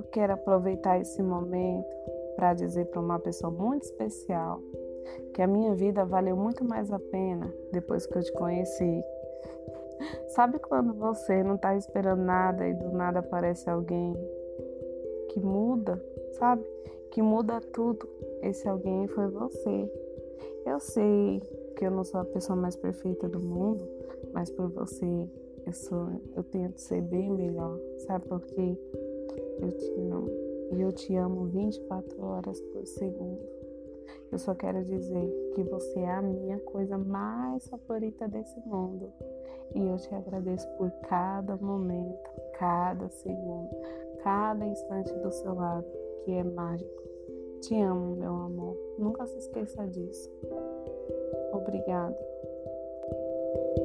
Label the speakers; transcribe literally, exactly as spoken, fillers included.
Speaker 1: quero aproveitar esse momento para dizer para uma pessoa muito especial que a minha vida valeu muito mais a pena depois que eu te conheci. Sabe quando você não está esperando nada e do nada aparece alguém que muda, sabe? Que muda tudo. Esse alguém foi você. Eu sei que eu não sou a pessoa mais perfeita do mundo, mas por você eu sou, eu tento ser bem melhor, sabe por quê? Eu te amo. E eu te amo vinte e quatro horas por segundo. Eu só quero dizer que você é a minha coisa mais favorita desse mundo. E eu te agradeço por cada momento, cada segundo, cada instante do seu lado, que é mágico. Te amo, meu amor. Nunca se esqueça disso. Obrigada.